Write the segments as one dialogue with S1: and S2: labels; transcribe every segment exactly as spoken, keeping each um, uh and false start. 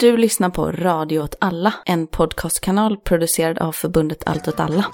S1: Du lyssnar på Radio åt alla, en podcastkanal producerad av förbundet Allt åt alla.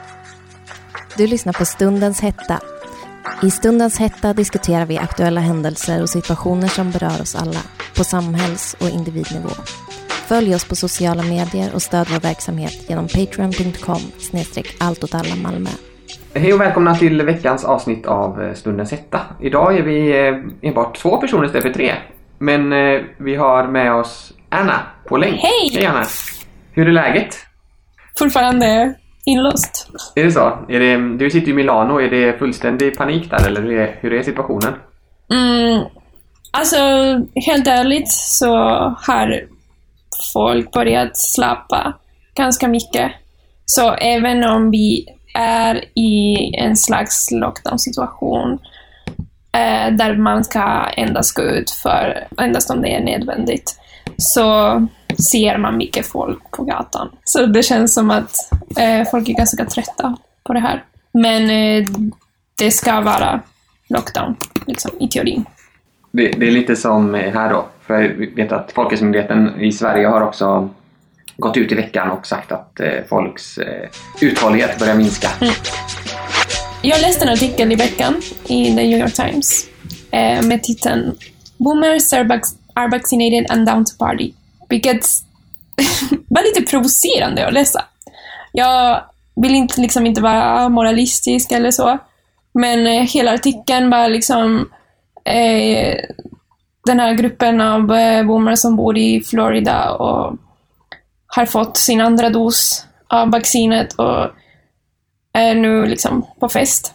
S2: Du lyssnar på Stundens hetta. I Stundens hetta diskuterar vi aktuella händelser och situationer som berör oss alla på samhälls- och individnivå. Följ oss på sociala medier och stöd vår verksamhet genom patreon punkt com snedstreck allt åt alla Malmö.
S3: Hej och välkomna till veckans avsnitt av Stundens hetta. Idag är vi enbart två personer istället för tre. Men vi har med oss Anna på länk.
S4: Hej!
S3: Hej Anna! Hur är läget?
S4: Fortfarande inlåst.
S3: Är det så? Är det, du sitter i Milano, är det fullständig panik där eller hur är, hur är situationen?
S4: Mm, alltså, helt ärligt så har folk börjat släppa ganska mycket. Så även om vi är i en slags lockdown-situation eh, där man ska endast gå ut för endast om det är nödvändigt, så ser man mycket folk på gatan. Så det känns som att eh, folk är ganska trötta på det här. Men eh, det ska vara lockdown, liksom, i teorin.
S3: Det, det är lite som här då. För jag vet att Folkhälsomyndigheten i Sverige har också gått ut i veckan och sagt att eh, folks eh, uthållighet börjar minska.
S4: Mm. Jag läste en artikel i veckan i The New York Times eh, med titeln Boomers are, vac- are vaccinated and down to party. Vilket var lite provocerande att läsa. Jag vill inte, liksom, inte vara moralistisk eller så. Men eh, hela artikeln var liksom eh, den här gruppen av eh, boomers som bor i Florida och har fått sin andra dos av vaccinet och är nu liksom på fest.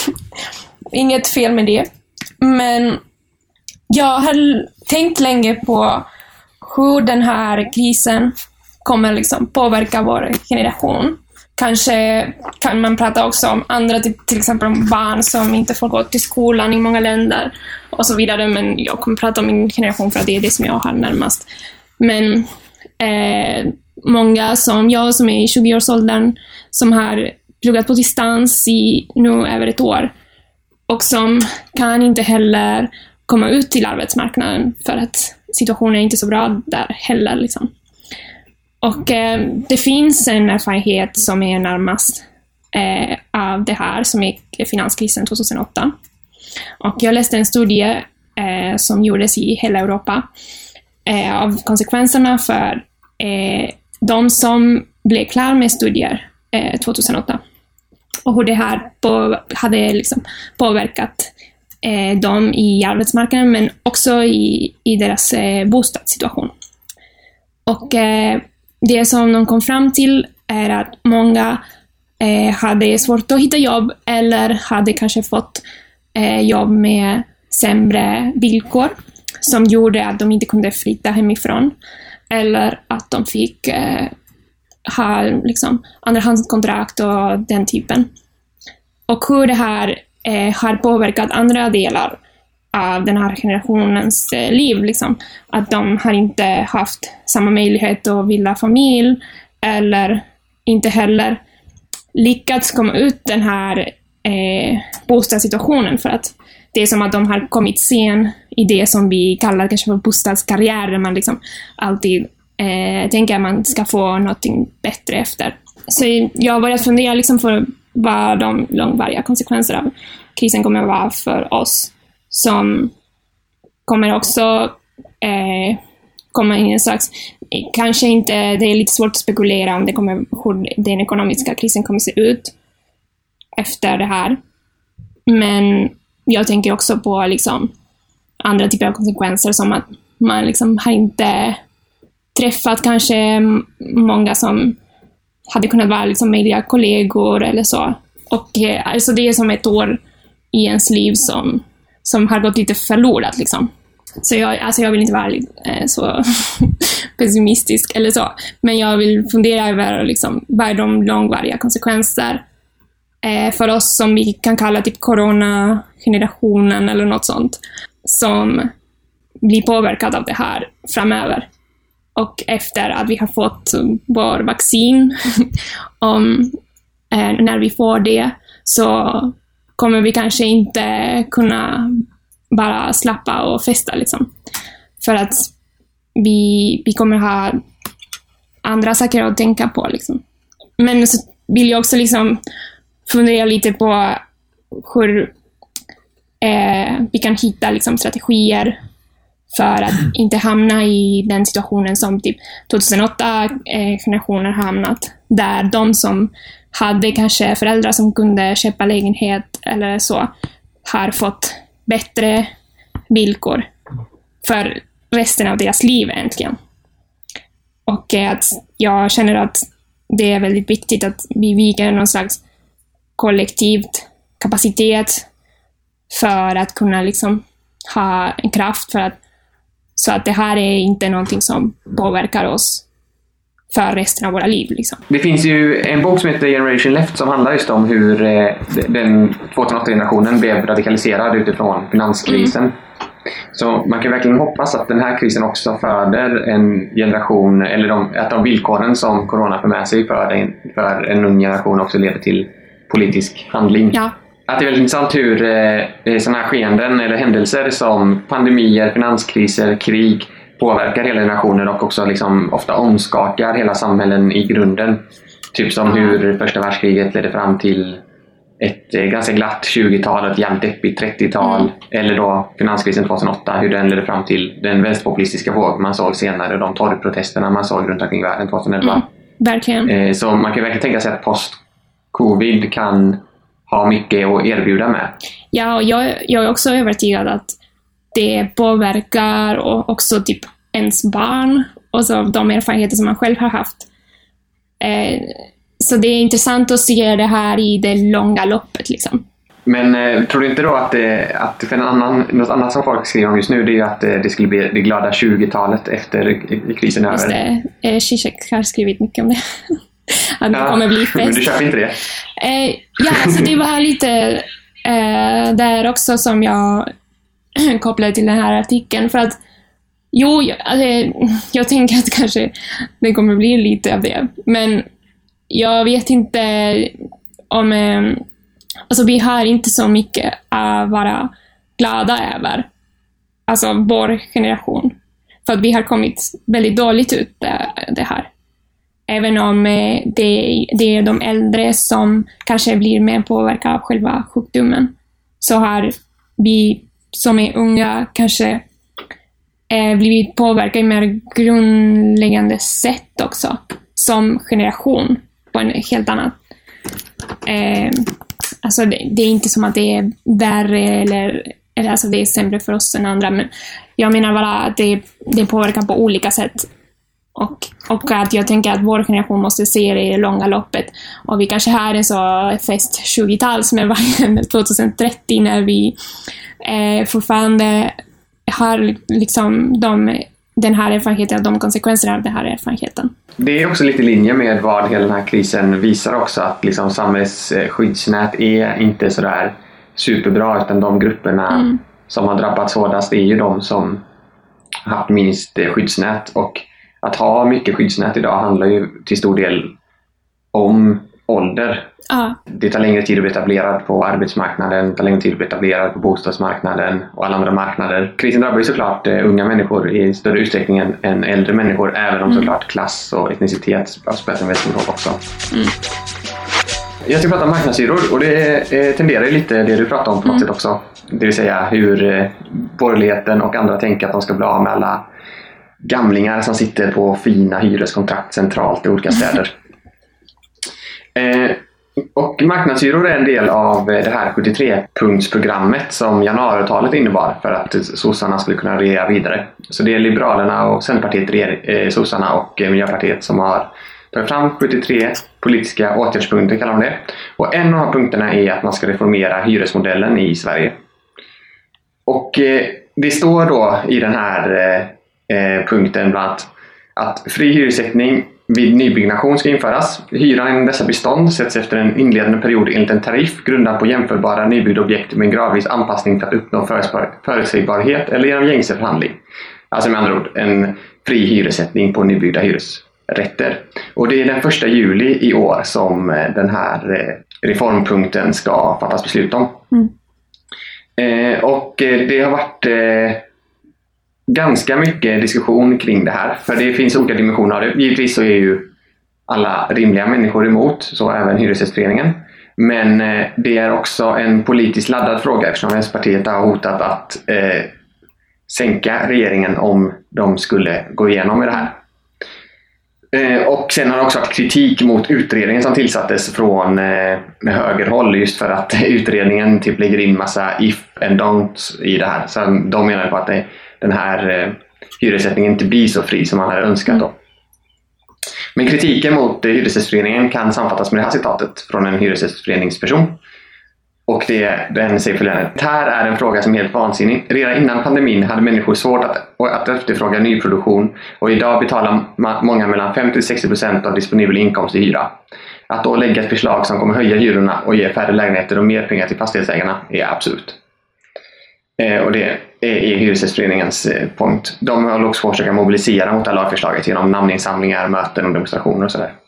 S4: Inget fel med det. Men jag har tänkt länge på hur den här krisen kommer liksom påverka vår generation. Kanske kan man prata också om andra, till exempel om barn som inte får gå till skolan i många länder och så vidare. Men jag kommer prata om min generation för att det är det som jag har närmast. Men eh, många som jag som är i tjugoårsåldern som har pluggat på distans i nu över ett år och som kan inte heller komma ut till arbetsmarknaden för att situationen är inte så bra där heller liksom. Och eh, det finns en erfarenhet som är närmast eh, av det här som är finanskrisen tjugohundraåtta. Och jag läste en studie eh, som gjordes i hela Europa eh, av konsekvenserna för eh, de som blev klara med studier eh, tjugohundraåtta. Och hur det här på, hade liksom påverkat eh, dem i arbetsmarknaden men också i, i deras eh, bostadssituation. Och eh, det som de kom fram till är att många eh, hade svårt att hitta jobb eller hade kanske fått eh, jobb med sämre villkor som gjorde att de inte kunde flytta hemifrån eller att de fick eh, ha liksom, andrahandskontrakt och den typen. Och hur det här eh, har påverkat andra delar av den här generationens eh, liv. Liksom. Att de har inte haft samma möjlighet att bilda familj eller inte heller lyckats komma ut den här eh, bostadssituationen för att det är som att de har kommit sen i det som vi kallar kanske för bostadskarriär där man liksom alltid eh, tänker att man ska få något bättre efter. Så jag har börjat fundera liksom för vad de långvariga konsekvenser av krisen kommer att vara för oss som kommer också eh, komma in i en slags, kanske inte, det är lite svårt att spekulera om det kommer, hur den ekonomiska krisen kommer se ut efter det här. Men jag tänker också på liksom andra typer av konsekvenser som att man liksom har inte träffat kanske många som hade kunnat vara liksom möjliga kollegor eller så. Och eh, alltså det är som ett år i ens liv som, som har gått lite förlorat liksom. Så jag, alltså jag vill inte vara eh, så pessimistisk eller så. Men jag vill fundera över liksom, vad är de långvariga konsekvenser eh, för oss som vi kan kalla typ corona-generationen eller något sånt. Som blir påverkad av det här framöver. Och efter att vi har fått vår vaccin, om, eh, när vi får det så kommer vi kanske inte kunna bara slappa och festa liksom. För att vi, vi kommer ha andra saker att tänka på. Liksom. Men så vill jag också liksom fundera lite på hur eh, vi kan hitta liksom, strategier för att inte hamna i den situationen som typ tjugohundraåtta eh, generationer hamnat, där de som hade kanske föräldrar som kunde köpa lägenhet eller så har fått bättre villkor för resten av deras liv egentligen. Och eh, att jag känner att det är väldigt viktigt att vi viker någon slags kollektivt kapacitet för att kunna liksom ha en kraft för att så att det här är inte någonting som påverkar oss för resten av våra liv. Liksom.
S3: Det finns ju en bok som heter Generation Left som handlar just om hur eh, den tjugohundraåtta-generationen blev radikaliserad utifrån finanskrisen. Mm. Så man kan verkligen hoppas att den här krisen också föder en generation, eller de, att de villkoren som corona för med sig för en, för en ung generation också leder till politisk handling.
S4: Ja.
S3: Att det är väldigt intressant hur eh, sådana här skeenden eller händelser som pandemier, finanskriser, krig påverkar hela generationer och också liksom ofta omskakar hela samhällen i grunden. Typ som hur första världskriget ledde fram till ett eh, ganska glatt tjugotal, ett jämnt deppigt trettiotal. Mm. Eller då finanskrisen tjugohundraåtta, hur den ledde fram till den vänsterpopulistiska våg man såg senare och de torgprotesterna man såg runt omkring världen tjugohundraelva.
S4: Mm, verkligen.
S3: Eh, så man kan verkligen tänka sig att post-covid kan ha mycket att erbjuda med.
S4: Ja, och jag, jag är också övertygad att det påverkar och också typ ens barn och så de erfarenheter som man själv har haft. Eh, så det är intressant att se det här i det långa loppet liksom.
S3: Men eh, tror du inte då att, det, att för en annan, något annat som folk skriver om just nu, det är ju att det skulle bli det glada tjugotalet efter krisen över?
S4: Just det, eh, Zizek har skrivit mycket om det. Att det
S3: ja,
S4: kommer bli fest.
S3: Men du köper inte det?
S4: Eh, ja, alltså det var lite eh, där också som jag kopplade till den här artikeln. För att, jo, alltså, jag tänker att kanske det kommer bli lite av det. Men jag vet inte om... Eh, alltså vi har inte så mycket att vara glada över. Alltså vår generation. För att vi har kommit väldigt dåligt ut det, det här. Även om det, det är de äldre som kanske blir mer påverkade av själva sjukdomen, så har vi som är unga kanske eh, blivit påverkade i mer grundläggande sätt också, som generation på en helt annat. Eh, alltså det, det är inte som att det är värre eller, eller alltså det är sämre för oss än andra, men jag menar bara att det, det påverkar på olika sätt. Och, och att jag tänker att vår generation måste se det i det långa loppet. Och vi kanske har en så fest tjugotal med varje tjugohundratrettio när vi eh, fortfarande har liksom de, den här erfarenheten, de konsekvenserna av den här erfarenheten. Det
S3: är också lite i linje med vad hela den här krisen visar också, att liksom samhällets skyddsnät är inte sådär superbra, utan de grupperna mm. som har drabbats hårdast är ju de som har haft minst skyddsnät. Och att ha mycket skyddsnät idag handlar ju till stor del om ålder. Ah. Det tar längre tid att bli etablerad på arbetsmarknaden, det tar längre tid att bli etablerad på bostadsmarknaden och alla andra marknader. Krisen drabbar ju såklart uh, unga människor i större utsträckning än, än äldre människor, även om mm. såklart klass och etnicitet spelar en väldigt stor roll också. Mm. Jag ska prata om marknadshyror, och det eh, tenderar ju lite det du pratar om på något mm. sätt också. Det vill säga hur eh, borgerligheten och andra tänker att de ska bli av med alla gamlingar som sitter på fina hyreskontrakt centralt i olika städer. Eh, och marknadshyror är en del av det här sjuttiotre-punktsprogrammet som januariavtalet innebar för att sossarna skulle kunna regera vidare. Så det är Liberalerna och Centerpartiet, eh, sossarna och eh, Miljöpartiet som har tagit fram sjuttiotre politiska åtgärdspunkter, kallar de det. Och en av de här punkterna är att man ska reformera hyresmodellen i Sverige. Och eh, det står då i den här eh, punkten bland annat att fri hyressättning vid nybyggnation ska införas. Hyran i dessa bestånd sätts efter en inledande period enligt en tariff grundad på jämförbara nybyggda objekt med en gradvis anpassning för att uppnå förutsägbarhet eller genom gängse förhandling. Alltså med andra ord en fri hyressättning på nybyggda hyresrätter. Och det är den första juli i år som den här reformpunkten ska fattas beslut om. Mm. Eh, och det har varit... Eh, ganska mycket diskussion kring det här. För det finns olika dimensioner av det. Givetvis så är ju alla rimliga människor emot, så även Hyresgästföreningen. Men eh, det är också en politiskt laddad fråga eftersom Vänsterpartiet har hotat att eh, sänka regeringen om de skulle gå igenom med det här. Eh, och sen har det också varit kritik mot utredningen som tillsattes från eh, högerhåll just för att utredningen typ lägger in massa if and don'ts i det här. Så de menar på att det, den här eh, hyressättningen inte blir så fri som man hade önskat då. Men kritiken mot eh, Hyresgästföreningen kan sammanfattas med det här citatet från en hyresgästföreningsperson. Och det, den säger följande. Det här är en fråga som är helt vansinnig. Redan innan pandemin hade människor svårt att, att efterfråga nyproduktion och idag betalar ma- många mellan femtio till sextio procent av disponibel inkomst i hyra. Att då lägga ett förslag som kommer höja hyrorna och ge färre lägenheter och mer pengar till fastighetsägarna är absurt. Eh, och det är i Hyresgästföreningens eh, punkt. De har också försökt mobilisera mot det här lagförslaget genom namninsamlingar, möten och demonstrationer och sådär.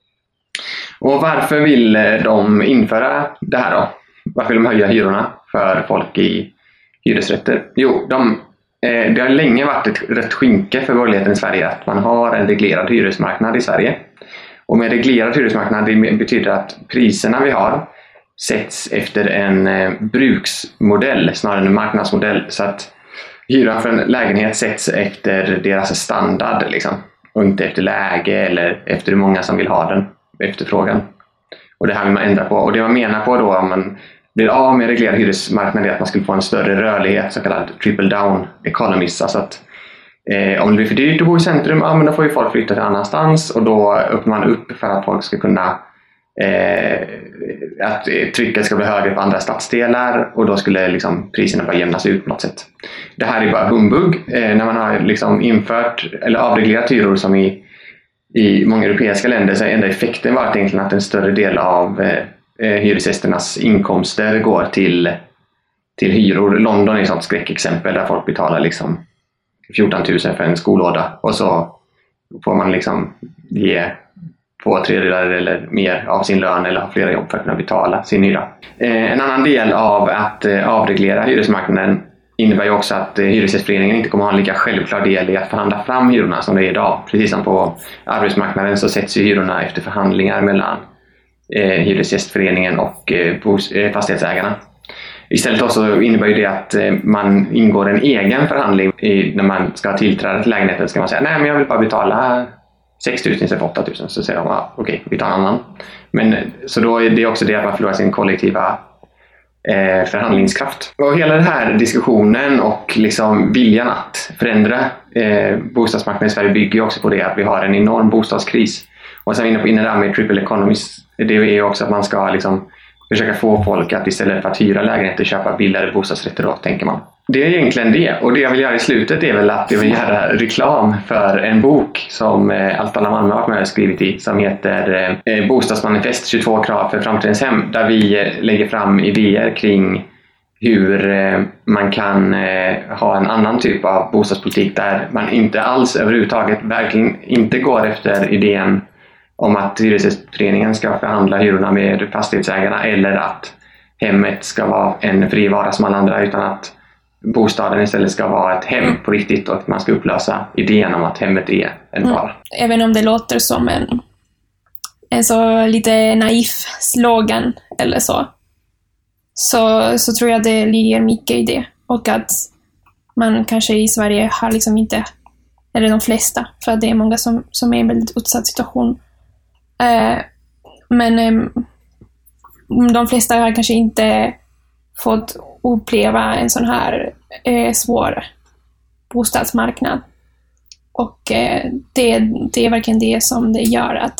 S3: Och varför vill de införa det här då? Varför vill de höja hyrorna för folk i hyresrätter? Jo, de, eh, det har länge varit ett rätt skynke för borgerligheten i Sverige att man har en reglerad hyresmarknad i Sverige. Och med reglerad hyresmarknad det betyder att priserna vi har sätts efter en eh, bruksmodell snarare än en marknadsmodell. Så att hyran för en lägenhet sätts efter deras standard liksom, och inte efter läge eller efter hur många som vill ha den, efterfrågan. Och det här vill man ändra på. Och det man menar på då om man blir av med reglerad hyresmarknad är att man skulle få en större rörlighet, så kallad triple down economies. Alltså att eh, om det blir för dyrt att bo i centrum, ja, men då får ju folk flytta till annanstans. Och då öppnar man upp för att folk ska kunna eh, att trycket ska bli högre på andra stadsdelar. Och då skulle liksom priserna bara jämnas ut på något sätt. Det här är bara humbug. Eh, när man har liksom infört eller avreglerat hyror som i I många europeiska länder så är enda effekten varit egentligen att en större del av eh, hyresgästernas inkomster går till, till hyror. London är ett sånt skräckexempel där folk betalar liksom fjorton tusen för en skolåda och så får man liksom ge två tredjedelar eller mer av sin lön eller ha flera jobb för att kunna betala sin hyra. Eh, en annan del av att eh, avreglera hyresmarknaden innebär ju också att Hyresgästföreningen inte kommer ha en lika självklar del i att förhandla fram hyrorna som det är idag. Precis som på arbetsmarknaden så sätts ju hyrorna efter förhandlingar mellan eh, Hyresgästföreningen och eh, fastighetsägarna. Istället också innebär ju det att eh, man ingår en egen förhandling i, när man ska tillträda till lägenheten. Ska man säga nej men jag vill bara betala sex tusen istället för åtta tusen, så säger de ah, okej okay, vi tar en annan. Men, så då är det också det att man förlorar sin kollektiva Eh, förhandlingskraft. Och hela den här diskussionen och liksom viljan att förändra eh, bostadsmarknaden i Sverige bygger ju också på det att vi har en enorm bostadskris. Och sen inne på inne där med triple economies, det är ju också att man ska liksom försöka få folk att istället för att hyra lägenheter köpa billigare bostadsrätter då, tänker man. Det är egentligen det. Och det jag vill göra i slutet är väl att jag vill göra reklam för en bok som eh, Allt alla Malmö har med skrivit i som heter eh, Bostadsmanifest tjugotvå krav för framtidens hem, där vi eh, lägger fram idéer kring hur eh, man kan eh, ha en annan typ av bostadspolitik där man inte alls överhuvudtaget verkligen inte går efter idén om att Hyresgästföreningen ska förhandla hyrorna med fastighetsägarna eller att hemmet ska vara en fri vara som alla andra, utan att bostaden istället ska vara ett hem på riktigt och att man ska upplösa idén om att hemmet är en vara. Mm.
S4: Även om det låter som en, en så lite naif slogan eller så, så, så tror jag det ligger mycket i det. Och att man kanske i Sverige har liksom inte, eller de flesta, för att det är många som, som är i en väldigt utsatt situation. Eh, men eh, de flesta har kanske inte fått uppleva en sån här eh, svår bostadsmarknad. Och eh, det, det är verkligen det som det gör att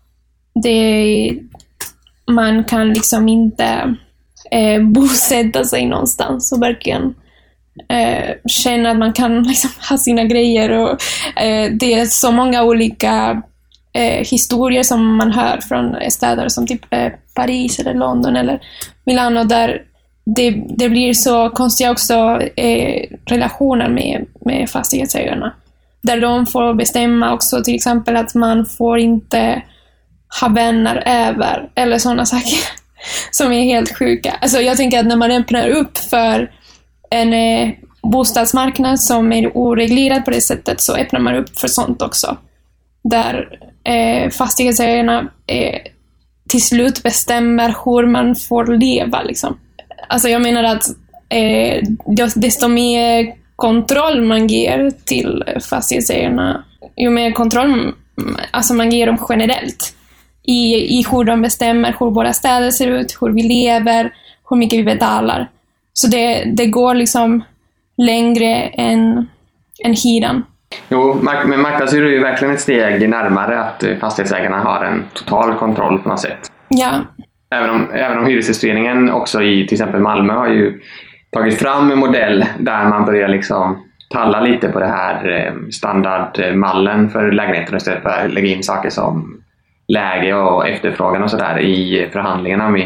S4: det, man kan liksom inte eh, bosätta sig någonstans och verkligen eh, känna att man kan liksom ha sina grejer. Och eh, det är så många olika eh, historier som man hör från städer som typ eh, Paris eller London eller Milano, där Det, det blir så konstiga också eh, relationer med, med fastighetsägarna. Där de får bestämma också till exempel att man får inte ha vänner över eller sådana saker som är helt sjuka. Alltså jag tänker att när man öppnar upp för en, eh, bostadsmarknad som är oreglerad på det sättet, så öppnar man upp för sånt också. Där eh, fastighetsägarna eh, till slut bestämmer hur man får leva. Liksom. Alltså jag menar att eh, desto mer kontroll man ger till fastighetsägarna, ju mer kontroll alltså man ger dem generellt i, i hur de bestämmer hur våra städer ser ut, hur vi lever, hur mycket vi betalar. Så det, det går liksom längre än, än hyran.
S3: Jo, men marknadshyror är ju verkligen ett steg närmare att fastighetsägarna har en total kontroll på något sätt.
S4: Ja.
S3: Även om, även om hyresgästföreningen också i till exempel Malmö har ju tagit fram en modell där man börjar liksom talla lite på det här standardmallen för lägenheter istället för att lägga in saker som läge och efterfrågan och sådär i förhandlingarna med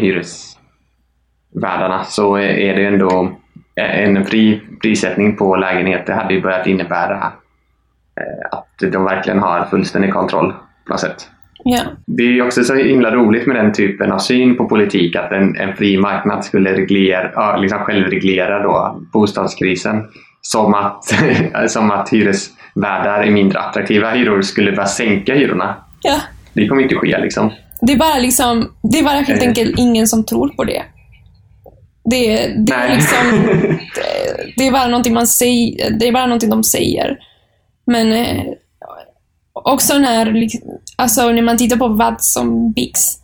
S3: hyresvärdarna, så är det ändå en fri prissättning på lägenheter hade ju börjat innebära att de verkligen har fullständig kontroll på något sätt.
S4: Yeah.
S3: Det är också så himla roligt med den typen av syn på politik, att en, en fri marknad skulle reglera, liksom självreglera då bostadskrisen, som att, som att hyresvärdar i mindre attraktiva hyror skulle börja sänka hyrorna.
S4: Ja.
S3: Det kommer inte ske liksom.
S4: Det är bara liksom, det är bara helt enkelt ingen som tror på det. Det, det är liksom det, det är bara någonting man säger, det är bara någonting de säger. Men eh, också när alltså när man tittar på vad som byggs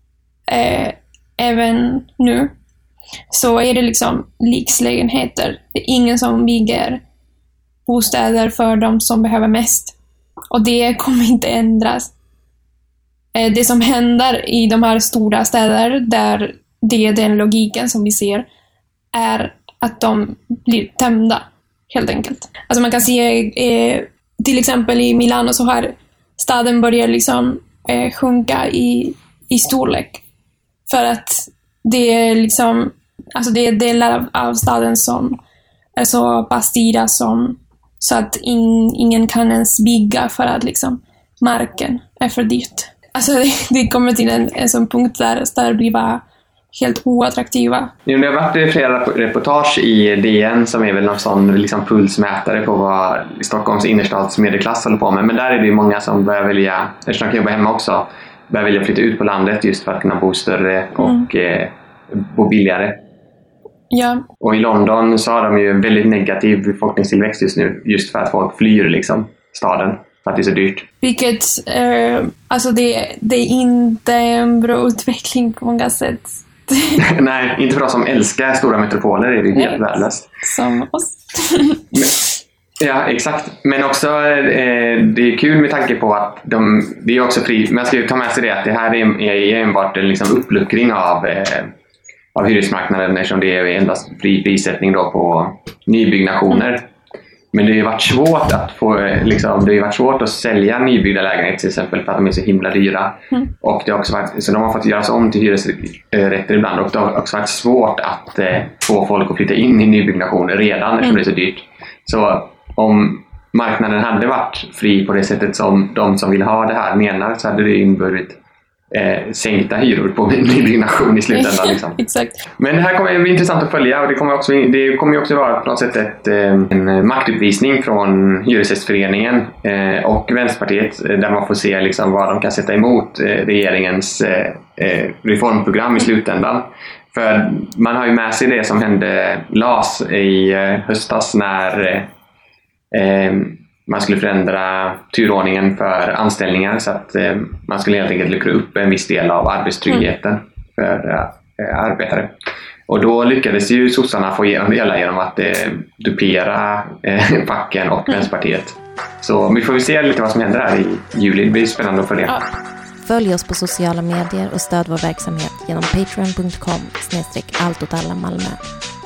S4: eh, även nu, så är det liksom lyxlägenheter. Det är ingen som bygger bostäder för de som behöver mest. Och det kommer inte ändras. Eh, det som händer i de här stora städer, där det är den logiken som vi ser, är att de blir tömda, helt enkelt. Alltså man kan se eh, till exempel i Milano så har staden börjat liksom eh, sjunka i, i storlek. För att det är liksom, alltså det är delar av, av staden som är så pass dyra som, så att in, ingen kan ens bygga för att liksom marken är för dyrt. Alltså det, det kommer till en, en sån punkt där städer blir bara helt oattraktiva. Det
S3: har varit flera reportage i D N som är väl någon sån liksom pulsmätare på vad Stockholms innerstadsmedelklass håller på med. Men där är det ju många som börjar välja, eftersom de kan jobba hemma också, börjar vilja flytta ut på landet just för att kunna bo större och mm. eh, bo billigare.
S4: Ja.
S3: Och i London så har de ju en väldigt negativ befolkningstillväxt just nu, just för att folk flyr liksom staden. För att det är så dyrt.
S4: Vilket, eh, alltså det, det är inte en bra utveckling på många sätt.
S3: Nej, inte för oss som älskar stora metropoler är det helt värdelöst.
S4: Som oss.
S3: Men, ja, exakt. Men också eh, det är kul med tanke på att de, det är också fri. Man ska ju ta med sig det att det här är, är enbart en liksom uppluckring av, eh, av hyresmarknaden, eftersom det är endast fri prissättning då på nybyggnationer. Mm. Men det har ju varit svårt att få, liksom, det har varit svårt att sälja nybyggda lägenheter till exempel för att de är så himla dyra. Mm. Och det har också varit, så de har fått göras om till hyresrätter ibland, och det har också varit svårt att eh, få folk att flytta in i nybyggnationer redan eftersom mm. det är så dyrt. Så om marknaden hade varit fri på det sättet som de som vill ha det här menar, så hade det inneburit Eh, sänkta hyror på nybyggnation i slutändan liksom.
S4: Exakt.
S3: Men det här kommer att bli intressant att följa, och det kommer också, det kommer ju också vara på något sätt ett, en maktuppvisning från Hyresgästföreningen eh, och Vänsterpartiet, där man får se liksom vad de kan sätta emot eh, regeringens eh, reformprogram i slutändan. För man har ju med sig det som hände L A S i eh, höstas när eh, man skulle förändra turordningen för anställningar, så att eh, man skulle helt enkelt luckra upp en viss del av arbetstryggheten mm. för eh, arbetare. Och då lyckades ju sossarna få igenom det hela genom att eh, dupera eh, facken och mm. Vänsterpartiet. Så vi får väl se lite vad som händer här i juli. Det blir spännande att följa. Ja.
S2: Följ oss på sociala medier och stöd vår verksamhet genom patreon punkt com slash allt åt alla Malmö.